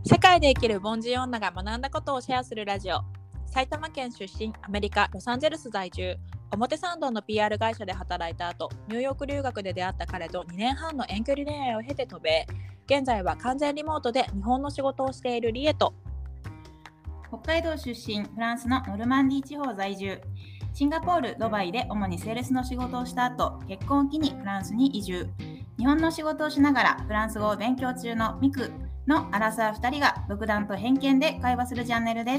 世界で生きる凡人女が学んだことをシェアするラジオ。埼玉県出身、アメリカ・ロサンゼルス在住、表参道の PR 会社で働いた後、ニューヨーク留学で出会った彼と2年半の遠距離恋愛を経て渡米。現在は完全リモートで日本の仕事をしているリエと、 北海道出身、フランスのノルマンディー地方在住、シンガポール、ドバイで主にセールスの仕事をした後、結婚を機にフランスに移住。日本の仕事をしながらフランス語を勉強中のミクのアラサー2人が独断と偏見で会話するチャンネルです。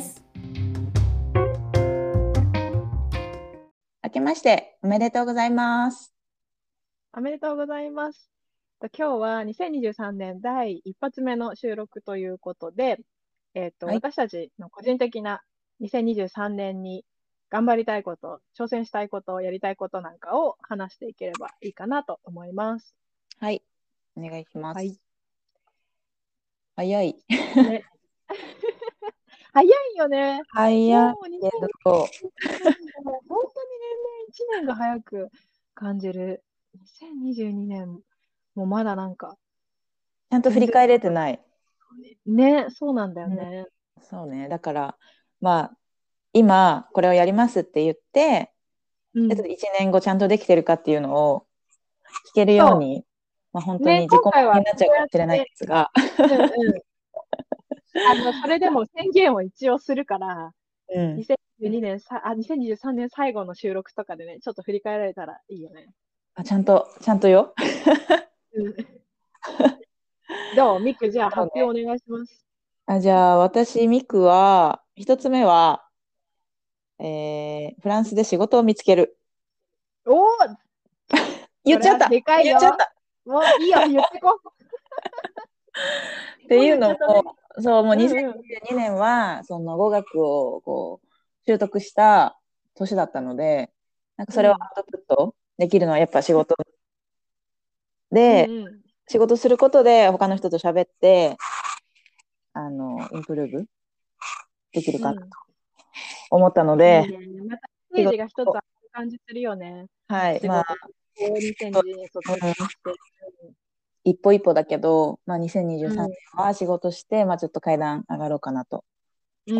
明けましておめでとうございます。 おめでとうございます。今日は2023年第一発目の収録ということで、私たちの個人的な2023年に頑張りたいこと、挑戦したいこと、やりたいことなんかを話していければいいかなと思います。 はい、お願いします。 はい、 早い。 ね、早いよね。 早いけど。 もう本当に年々1年が早く感じる。2022年もまだなんかちゃんと振り返れてない。 ね、そうなんだよね。 そうね。だからまあ今これをやりますって言って、1年後ちゃんとできてるかっていうのを聞けるように、本当に自己満になっちゃうかもしれないですが、 それでも宣言を一応するから、2023年最後の収録とかでね、ちょっと振り返られたらいいよね。 ちゃんとよ。 どうミク、じゃあ発表お願いします。 じゃあ私ミクは一つ目は、フランスで仕事を見つける。 おお言っちゃった。 でかいよ。もういいよ、言ってこっていうのも、そう、もう2022年はその語学をこう習得した年だったので、なんかそれをアウトプットできるのはやっぱ仕事で、仕事することで他の人と喋ってインプルーブできるかなと思ったので、 またステージが一つある感じするよね。 はい、まあ 2022年卒業して一歩一歩だけど、2023年は仕事して、ちょっと階段上がろうかなと。 はい。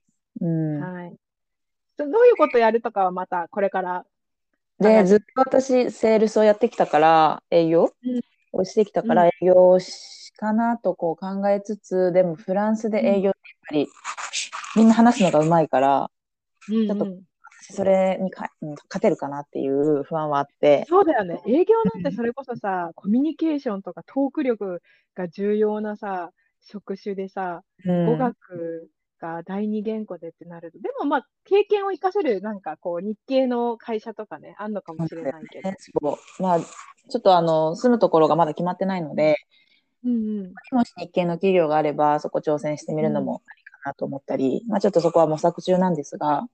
どういうことやるとかはまたこれから。 で、ずっと私、セールスをやってきたから、営業をしてきたから、営業かなとこう考えつつ、でもフランスで営業ってやっぱり、みんな話すのがうまいから、ちょっとそれに勝てるかなっていう不安はあって。 そうだよね。営業なんてそれこそさ、コミュニケーションとかトーク力が重要なさ、職種でさ、語学が第二言語でってなると、でも経験を生かせるなんかこう日系の会社とかね、あんのかもしれないけど。 ちょっと住むところがまだ決まってないので、もし日系の企業があれば、そこ挑戦してみるのもありかなと思ったり、ちょっとそこは模索中なんですが、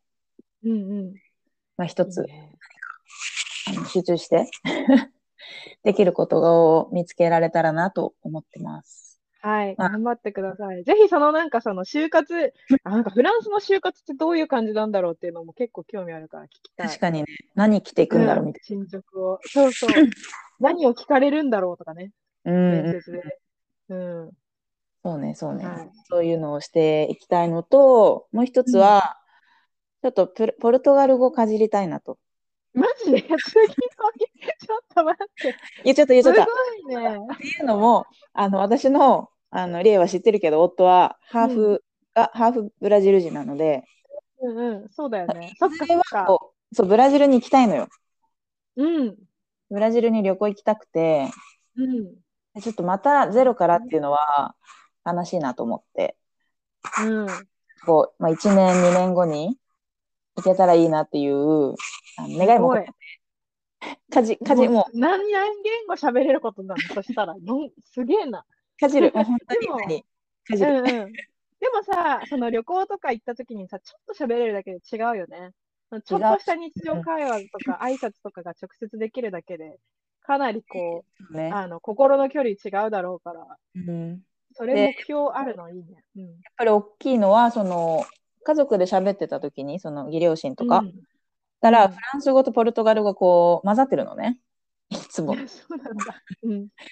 一つ集中してできることを見つけられたらなと思ってます。 はい、頑張ってください。ぜひその就活、なんかフランスの就活ってどういう感じなんだろうっていうのも結構興味あるから聞きたい。 確かにね、何着ていくんだろうみたいな。進捗を。そうそう。何を聞かれるんだろうとかね。面接で。 そうね。そういうのをしていきたいのと、もう一つは、ちょっとポルトガル語をかじりたいなと。 マジで次の日、ちょっと待って。 言っちゃった。 すごいね。 っていうのも、私の、リエは知ってるけど、夫はハーフブラジル人なので、 そうだよね。 そっか。そう、ブラジルに行きたいのよ。ブラジルに旅行行きたくて、ちょっとまたゼロからっていうのは悲しいなと思って、こう、1年、2年後に行けたらいいなっていう願いも込めて、もう何言語喋れることなのそしたら、すげえな。 かじる、本当にかじる。 でもさ、その旅行とか行った時にさ、ちょっと喋れるだけで違うよね。ちょっとした日常会話とか挨拶とかが直接できるだけで、かなりこう、心の距離違うだろうから、それ目標あるのいいね。 やっぱり大きいのは、その家族で喋ってた時に、その義両親とか、だからフランス語とポルトガル語こう混ざってるのね、いつも。 そうなんだ。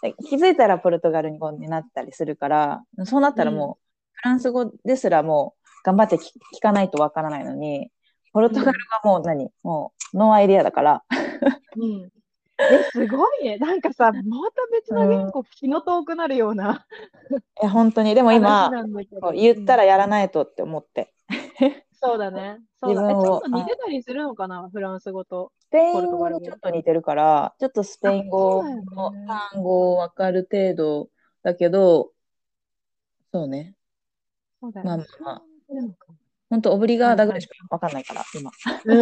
気づいたらポルトガル語になったりするから、そうなったらもう、フランス語ですらもう頑張って聞かないとわからないのに、ポルトガル語はもうもうノーアイデアだから。 すごいね。なんかさ、また別の言語、気の遠くなるような。 本当に。でも今、言ったらやらないとって思って。 そうだね。そうだね。ちょっと似てたりするのかな、フランス語と。 スペイン語にちょっと似てるから、ちょっとスペイン語の単語わかる程度だけど、そうね。 そうだよね。 本当オブリガーダぐらいしかわかんないから、今。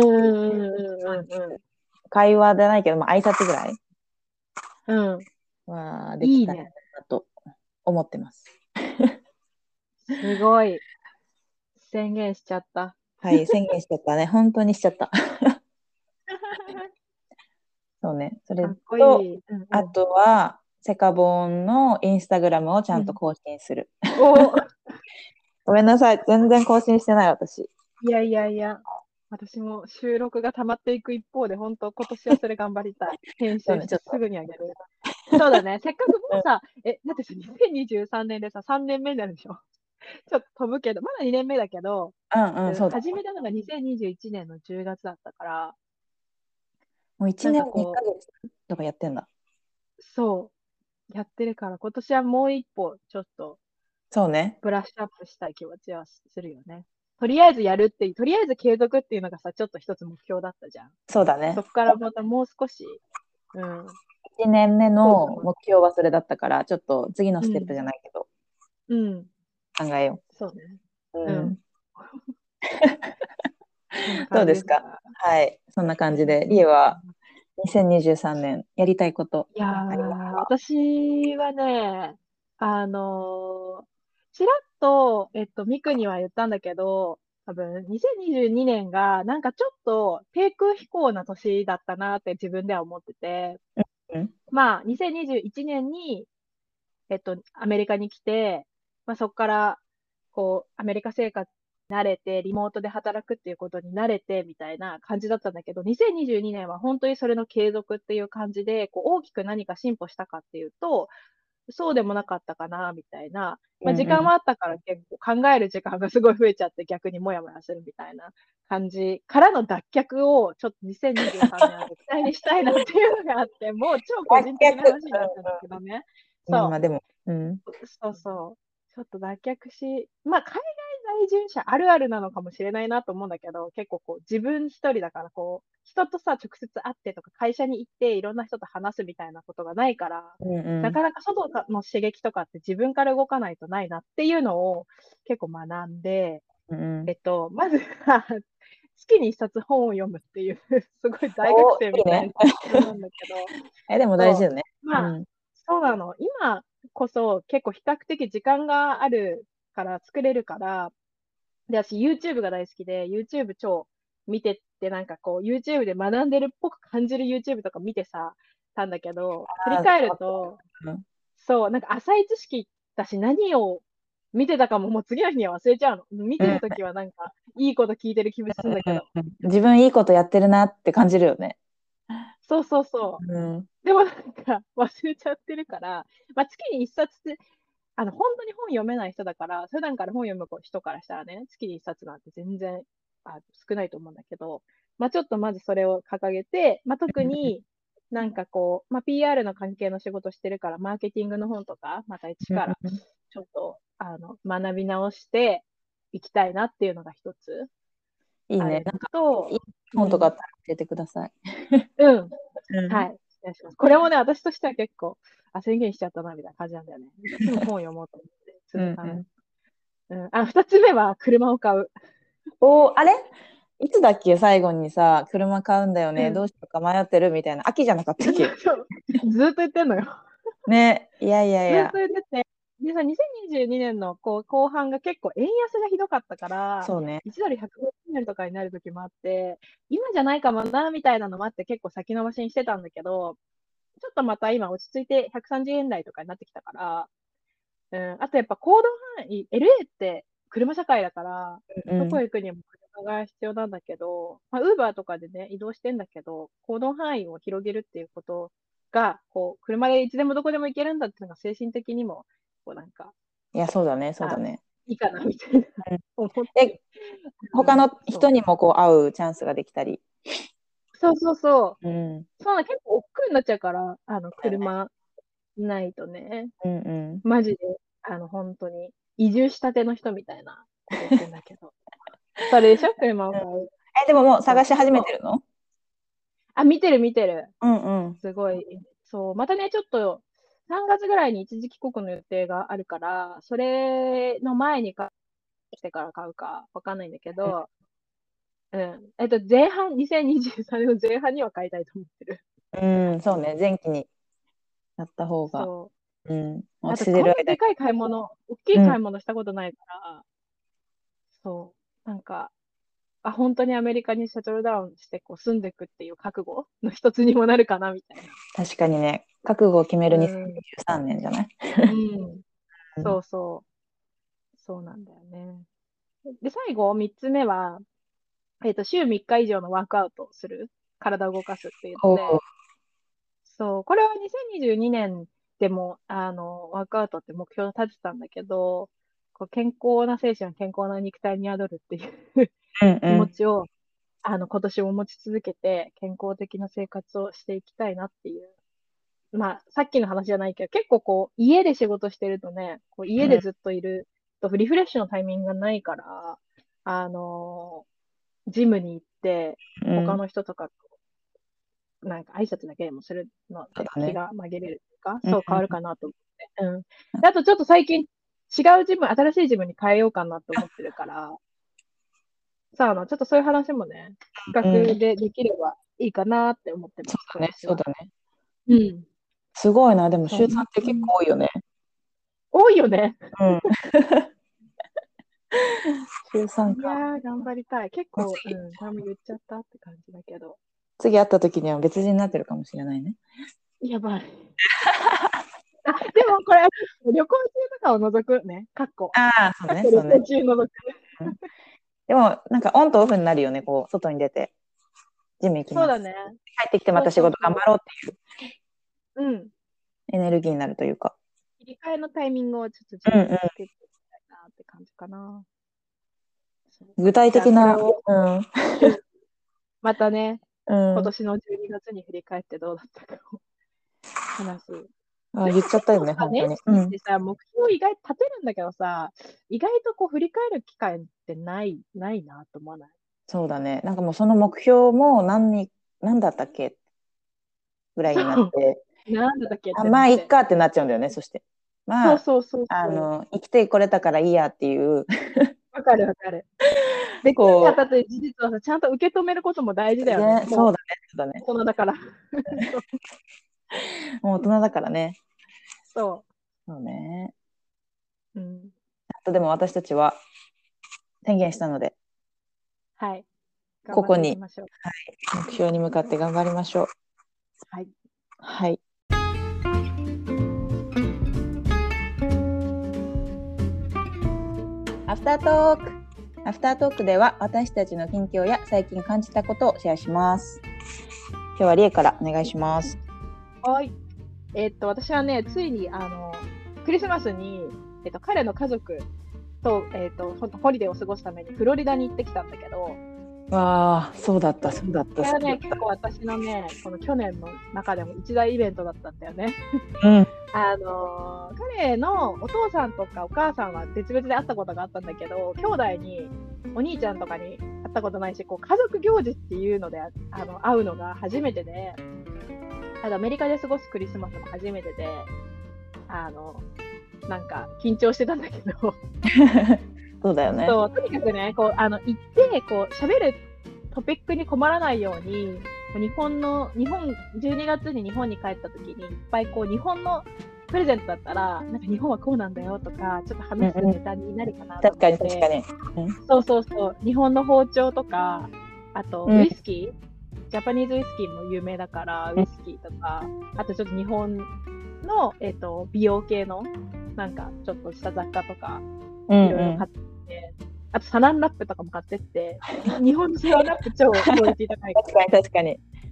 会話じゃないけど、挨拶ぐらいはできたらなと思ってます。 すごい。宣言しちゃった。 はい、宣言しちゃったね。本当にしちゃった。そうね。それと、あとは、セカボンのインスタグラムをちゃんと更新する。ごめんなさい。全然更新してない、私。 いやいやいや。私も収録が溜まっていく一方で、本当今年はそれ頑張りたい。編集してすぐにあげる。そうだね。せっかくもうさ、だってさ、2023年でさ、3年目になるでしょ。ちょっと飛ぶけど、まだ2年目だけど、始めたのが2021年の10月だったから、 もう1年2ヶ月とかやってんだ。 そう。やってるから、今年はもう一歩、ちょっと、 そうね。 ブラッシュアップしたい気持ちはするよね。とりあえずやるっていう、とりあえず継続っていうのがさ、ちょっと一つ目標だったじゃん。 そうだね。 そこからまたもう少し、 1年目の目標はそれだったから、ちょっと次のステップじゃないけど、考えよう。そうね。 どうですか？はい。そんな感じで、リエは2023年やりたいこと。 いや私はね、ちらっと、ミクには言ったんだけど、多分、2022年が、なんかちょっと低空飛行な年だったなって自分では思ってて、2021年に、アメリカに来て、そこから、アメリカ生活に慣れて、リモートで働くっていうことに慣れて、みたいな感じだったんだけど、2022年は本当にそれの継続っていう感じで、大きく何か進歩したかっていうと、そうでもなかったかな、みたいな。時間はあったから結構考える時間がすごい増えちゃって逆にモヤモヤするみたいな感じからの脱却をちょっと2023年は絶対にしたいなっていうのがあって、もう超個人的な話になっちゃうんだけどね。 でも、 そうそう。ちょっと脱却し、海外在住者あるあるなのかもしれないなと思うんだけど、結構自分一人だから人とさ、直接会ってとか会社に行っていろんな人と話すみたいなことがないから、なかなか外の刺激とかって自分から動かないとないなっていうのを結構学んで、まずは月に一冊本を読むっていう、すごい大学生みたいなことなんだけど。 でも大事よね。 そうなの。今こそ結構比較的時間があるから作れるから、で、私 YouTube が大好きで、YouTube 超見てって、なんかYouTube で学んでるっぽく感じる YouTube とか見てたんだけど、振り返ると、そう、なんか浅い知識だし、何を見てたかももう次の日には忘れちゃうの。見てるときはなんか、いいこと聞いてる気分するんだけど。 自分いいことやってるなって感じるよね。 そうそうそう。でもなんか忘れちゃってるから、月に一冊本当に本読めない人だから、普段から本読む人からしたらね、月に一冊なんて全然少ないと思うんだけど、ちょっとまずそれを掲げて、特になんかPR の関係の仕事してるから、マーケティングの本とか、また一からちょっと学び直していきたいなっていうのが一つ。 いいね。なんかいい本とかあったら教えてください。 はい。これもね、私としては結構、宣言しちゃったなみたいな感じなんだよね。いつも本読もうと思って続かない。2つ目は車を買う。 あれいつだっけ最後にさ、車買うんだよね、どうしようか迷ってるみたいな。秋じゃなかったっけ？ ずっと言ってんのよ。 ね、いやいやいや。 ずっと言ってて。でさ、2022年の後半が結構円安がひどかったから、 そうね、 1ドル150円とかになる時もあって、今じゃないかもな、みたいなのもあって結構先延ばしにしてたんだけど、ちょっとまた今落ち着いて130円台とかになってきたから、あとやっぱ行動範囲、LA って車社会だから、どこ行くにも車が必要なんだけど、ウーバーとかでね、移動してんだけど、行動範囲を広げるっていうことが、こう、車でいつでもどこでも行けるんだっていうのが精神的にも、こうなんか、 いや、そうだね、そうだね。 いいかなみたいな思って。 他の人にもこう会うチャンスができたり。 そうそうそう。 うん。 そうな、結構億劫になっちゃうから、車ないとね。 うんうん。 マジで、本当に、移住したての人みたいなこと言ってんだけど。それでしょ車を買う。 でももう探し始めてるの？ あ、見てる見てる。 うんうん。 すごい。そう。またね、ちょっと、3月ぐらいに一時帰国の予定があるから、それの前にしてから買うかわかんないんだけど、うん。2023年の前半には買いたいと思ってる。 うん、そうね、前期にやった方が。 そう。 うん。 あと、 落ちてる間に。 こんなでかい買い物、大きい買い物したことないから、そう。なんか、本当にアメリカにセトルダウンしてこう住んでいくっていう覚悟の一つにもなるかなみたいな。 確かにね、覚悟を決めるうん 2023年じゃない？ そうそう。そうなんだよね。で、最後、3つ目は、週3日以上のワークアウトをする。体を動かすっていうので、そう、これは2022年でも、ワークアウトって目標を立てたんだけど、こう健康な精神は健康な肉体に宿るっていう気持ちを、今年も持ち続けて、健康的な生活をしていきたいなっていう。まあ、さっきの話じゃないけど、結構こう、家で仕事してるとね、こう家でずっといると、リフレッシュのタイミングがないから、ジムに行って、他の人とかと、なんか挨拶だけでもするので、気が紛れるっていうか、そう変わるかなと思って。であとちょっと最近、違うジム、新しいジムに変えようかなと思ってるから、さあ、ちょっとそういう話もね、企画でできればいいかなって思ってます。 そうだね、そうだね。 うん。 すごいな、でも週3って結構多いよね。 多いよね。 週3か。 いやー、頑張りたい。結構、これも言っちゃったって感じだけど。 次会った時には別人になってるかもしれないね。 やばい。でもこれ、旅行中とかを除くね、 そうね、そうね。 旅行中除く。 でも、なんかオンとオフになるよね、こう、外に出て、ジム行きます。 そうだね。 帰ってきてまた仕事頑張ろうっていう、エネルギーになるというか。 切り替えのタイミングをちょっと自分でつけていきたいなって感じかな。 具体的な、 またね、今年の12月に振り返ってどうだったかを話す。 言っちゃったよね、本当に。 目標意外と立てるんだけどさ、意外とこう振り返る機会ってないなと思わない？ そうだね。なんかもうその目標も何だったっけぐらいになって。 なんだったっけまあ、いっかってなっちゃうんだよね、そして。まあ、 そう生きてこれたからいいやっていう。 わかる。できなかったという事実はさ、ちゃんと受け止めることも大事だよね。 そうだね。 大人だから。 もう大人だからね。 そうね。あとでも私たちは宣言したので、 はい。 ここに、目標に向かって頑張りましょう。はい。アフタートークでは私たちの近況や最近感じたことをシェアします。今日はリエからお願いします。 はい。私はね、ついにクリスマスに彼の家族とホリデーを過ごすためにフロリダに行ってきたんだけど。 わあ、そうだった。 これはね、結構私のね、この去年の中でも一大イベントだったんだよね。彼のお父さんとかお母さんは別々で会ったことがあったんだけど、兄弟にお兄ちゃんとかに会ったことないし、こう家族行事っていうので会うのが初めてで、アメリカで過ごすクリスマスも初めてで、なんか緊張してたんだけどそうだよね。 とにかくね、こう行ってこう喋るトピックに困らないように、12月に日本に帰った時にいっぱいこう日本のプレゼントだったら、なんか日本はこうなんだよとか、ちょっと話すネタになるかなと思って。 確かに。 そう。日本の包丁とか、あとウイスキー、ジャパニーズウイスキーも有名だから、ウイスキーとか、あとちょっと日本の、美容系のなんかちょっとした雑貨とか、いろいろ買ってきて、あとサランラップとかも買ってって、日本のサランラップ超クオリティ高いから。 確かに。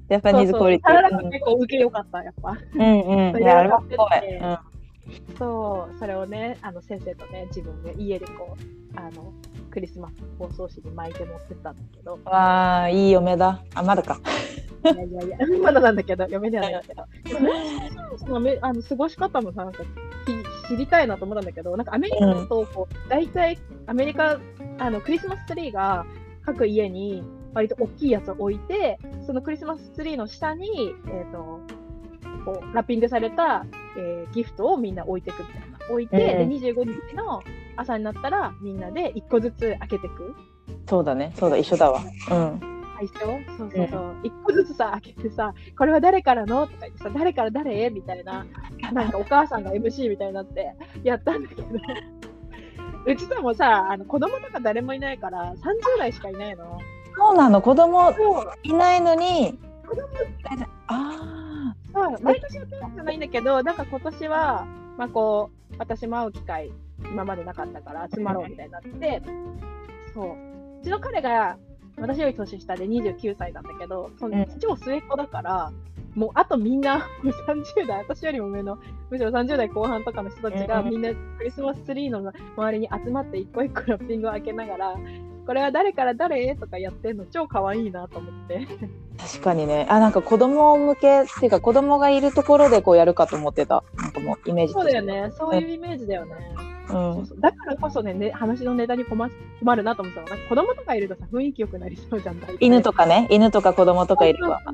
ジャパニーズクオリティ。 サラダが結構受け良かった、やっぱ。 うんうん。いや、あれはすごい。 そう、それをね、先生とね、自分で家でこう、クリスマス包装紙に巻いて持ってったんだけど。 わあ、いい嫁だ。あ、まだか。 いや、まだなんだけど、嫁ではないんだけど。過ごし方もさ、なんか知りたいなと思ったんだけど、なんかアメリカだとこう、大体アメリカ、クリスマスツリーが各家に割と大きいやつを置いて、そのクリスマスツリーの下に、こうラッピングされた、ギフトをみんな置いていくみたいな。置いて、で25日の朝になったらみんなで1個ずつ開けていく。 そうだね、そうだ、一緒だわ。うん。 一緒？そうそうそう。1個ずつさ、開けてさ、これは誰からのとか言ってさ、誰から誰みたいな、なんかお母さんが MC みたいになってやったんだけど、うちさもさ、子供とか誰もいないから30代しかいないの。 そうなの、子供いないのに。 子供ああ、毎年やってるわけじゃないんだけど、なんか今年は、まあこう、私も会う機会、今までなかったから集まろうみたいになって、そう。うちの彼が、私より年下で29歳なんだけど、その超末っ子だから、もうあとみんな30代、私よりも上の、むしろ30代後半とかの人たちがみんなクリスマスツリーの周りに集まって一個一個ラッピングを開けながら、これは誰から誰とかやってんの超可愛いなと思って。 確かにね。なんか子供向けっていうか、子供がいるところでこうやるかと思ってた。なんかもうイメージとして。 そうだよね。そういうイメージだよね。 そうそうだからこそね、話のネタに困るなと思ってたの。なんか子供とかいるとさ、雰囲気良くなりそうじゃん。 犬とかね、犬とか子供とかいるわ。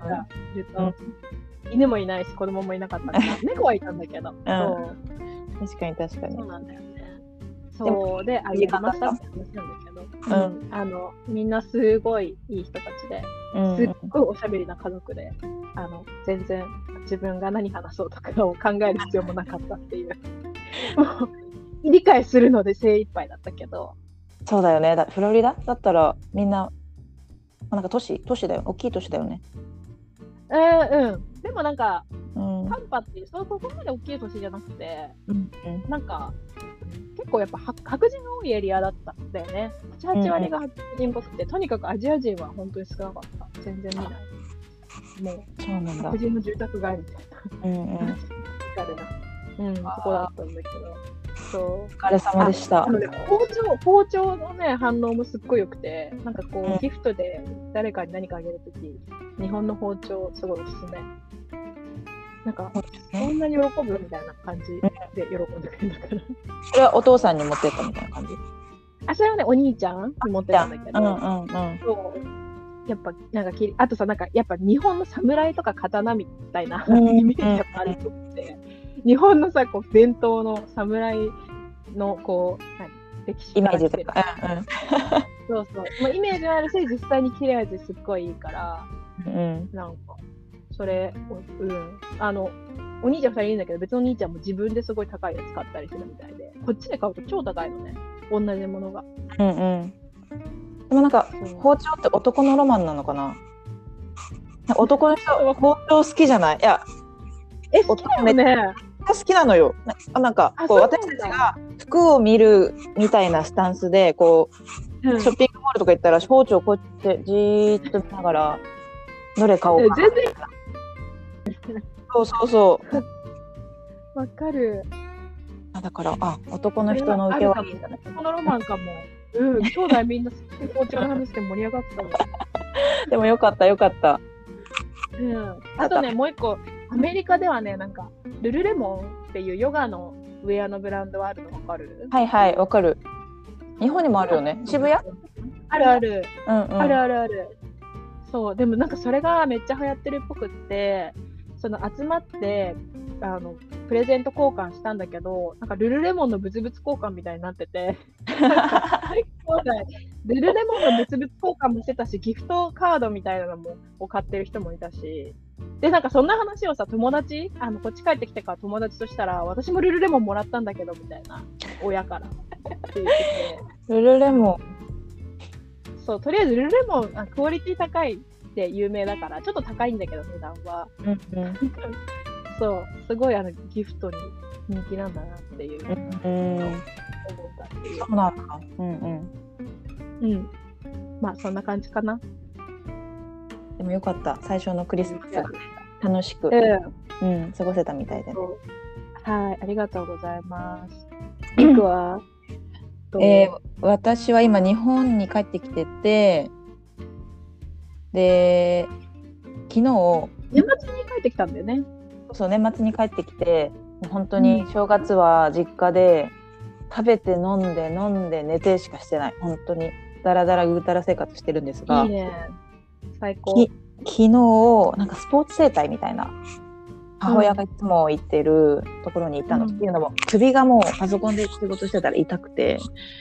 犬もいないし、子供もいなかったから、猫はいたんだけど。そう確かに確かに。 そうなんだよね。そうで、あげましたって話なんだけど、みんなすごいいい人たちで、すっごいおしゃべりな家族で、全然自分が何話そうとかを考える必要もなかったっていう。もう理解するので精一杯だったけど。 そうだよね。フロリダだったらみんななんか都市だよ。大きい都市だよね。 でもなんか、タンパっていうそこまで大きい都市じゃなくて、なんか結構やっぱ白人が多いエリアだったんだよね。7、8割が白人っぽくて、とにかくアジア人は本当に少なかった。全然見ない。もう白人の住宅街みたいな。そこだったんだけど。そう。 お疲れ様でした。 包丁のね、反応もすっごい良くて、なんかこう、ギフトで誰かに何かあげるとき、日本の包丁すごいおすすめ。なんか、そんなに喜ぶみたいな感じで喜んでくれるんだから。 それはお父さんに持ってったみたいな感じ？ それはね、お兄ちゃんに持ってったんだけど、そうやっぱ、なんかあとさ、なんか、やっぱ日本の侍とか刀みたいなイメージがあると思って、日本のさ、こう、伝統の侍の、こう、歴史イメージとか。 そうそう。まあ、イメージあるし、実際に切れ味すっごいいいから、なんか、それ、お兄ちゃん2人いるんだけど、別のお兄ちゃんも自分ですごい高いやつ買ったりするみたいで、こっちで買うと超高いのね、同じものが。 でもなんか、包丁って男のロマンなのかな？男の人は包丁好きじゃない？いや、 好きだよね。 好きなのよ。なんかこう私たちが服を見るみたいなスタンスでこう、ショッピングモールとか行ったら包丁こうやってじーっと見ながらどれ買おうかな。全然。そうわかる。 だから男の人の受けはいいんだね。 このロマンかも。兄弟みんな包丁の話で盛り上がったの。 でもよかった。 あとね、もう一個、アメリカではね、なんか、ルルレモンっていうヨガのウェアのブランドはあるの分かる？ はいはい、分かる。日本にもあるよね。渋谷？ ある。ある。そう、でもなんかそれがめっちゃ流行ってるっぽくって、その集まって、プレゼント交換したんだけど、なんかルルレモンのブツブツ交換みたいになってて、ルルレモンのブツブツ交換もしてたし、ギフトカードみたいなのもを買ってる人もいたし、で、なんかそんな話をさ、友達、こっち帰ってきてから友達としたら、私もルルレモンもらったんだけど、みたいな、親からって言ってて。 ルルレモン。 そう、とりあえずルルレモン、クオリティ高いって有名だから、ちょっと高いんだけど、値段は。そう、すごいギフトに人気なんだなっていう思ったっていう。 そうなんだ。 まあそんな感じかな。 でもよかった。最初のクリスマスが楽しく、過ごせたみたいで、ね。 はい、ありがとうございます。リクは私は今日本に帰ってきてて、で昨日年末に帰ってきたんだよね。 そう、年末に帰ってきて、本当に正月は実家で食べて飲んで寝てしかしてない。本当にだらだらぐうたら生活してるんですが、 いいね、最高。 昨日なんかスポーツ整体みたいな、母親がいつも行ってるところに行ったの、っていうのも首がもうパソコンで仕事してたら痛くて、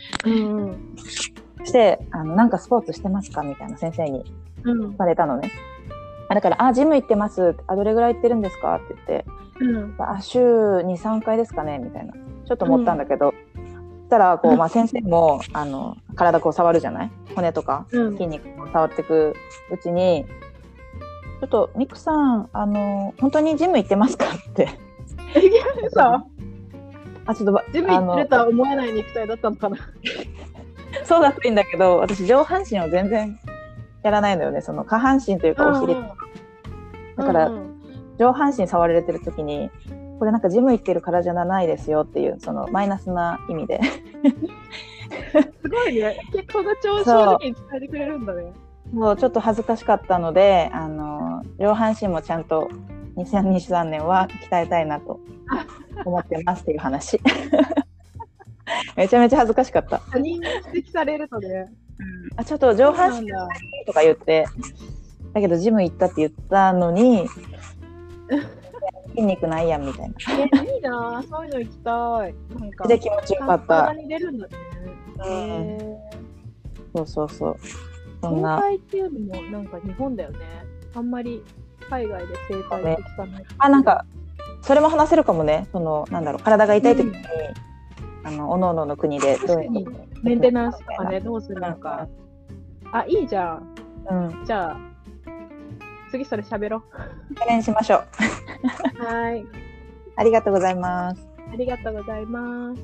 そしてなんかスポーツしてますかみたいな先生に聞かれたのね。だからジム行ってます。どれぐらい行ってるんですかって言って、週 2,3 回ですかねみたいな、ちょっと思ったんだけど、そしたらこう、先生も体こう触るじゃない、骨とか筋肉を触っていくうちに、ちょっとミクさん本当にジム行ってますかってさちょっとジム行ってるとは思えない肉体だったのかな。 そうだといいんだけど、私上半身を全然やらないのよね。その下半身というかお尻とか、だから、上半身触られてる時に、これなんかジム行ってるからじゃないですよっていう、そのマイナスな意味ですごいね、結構な正直に伝えてくれるんだね。 もうちょっと恥ずかしかったので、上半身もちゃんと2023年は鍛えたいなと思ってますっていう話。めちゃめちゃ恥ずかしかった。 他人に指摘されるとね、 ちょっと上半身とか言って、だけどジム行ったって言ったのに筋肉ないやんみたいな。 いいな、そういうの行きたい。なんかで気持ちよかった。 体に出るんだね。 そう。そんな。整体っていうのもなんか日本だよね。あんまり海外で整体って聞かない。 なんかそれも話せるかもね。そのなんだろう、体が痛い時に、おのおのの国でどういうメンテナンスとかね、どうするのか。いいじゃん。じゃあ次それ喋ろう。 それにしましょう。 はい。 ありがとうございます。 ありがとうございます。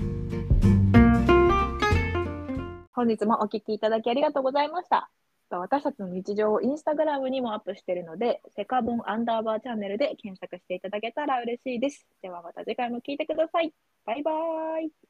本日もお聞きいただきありがとうございました。私たちの日常をインスタグラムにもアップしているので、セカボン_チャンネルで検索していただけたら嬉しいです。ではまた次回も聞いてください。バイバーイ。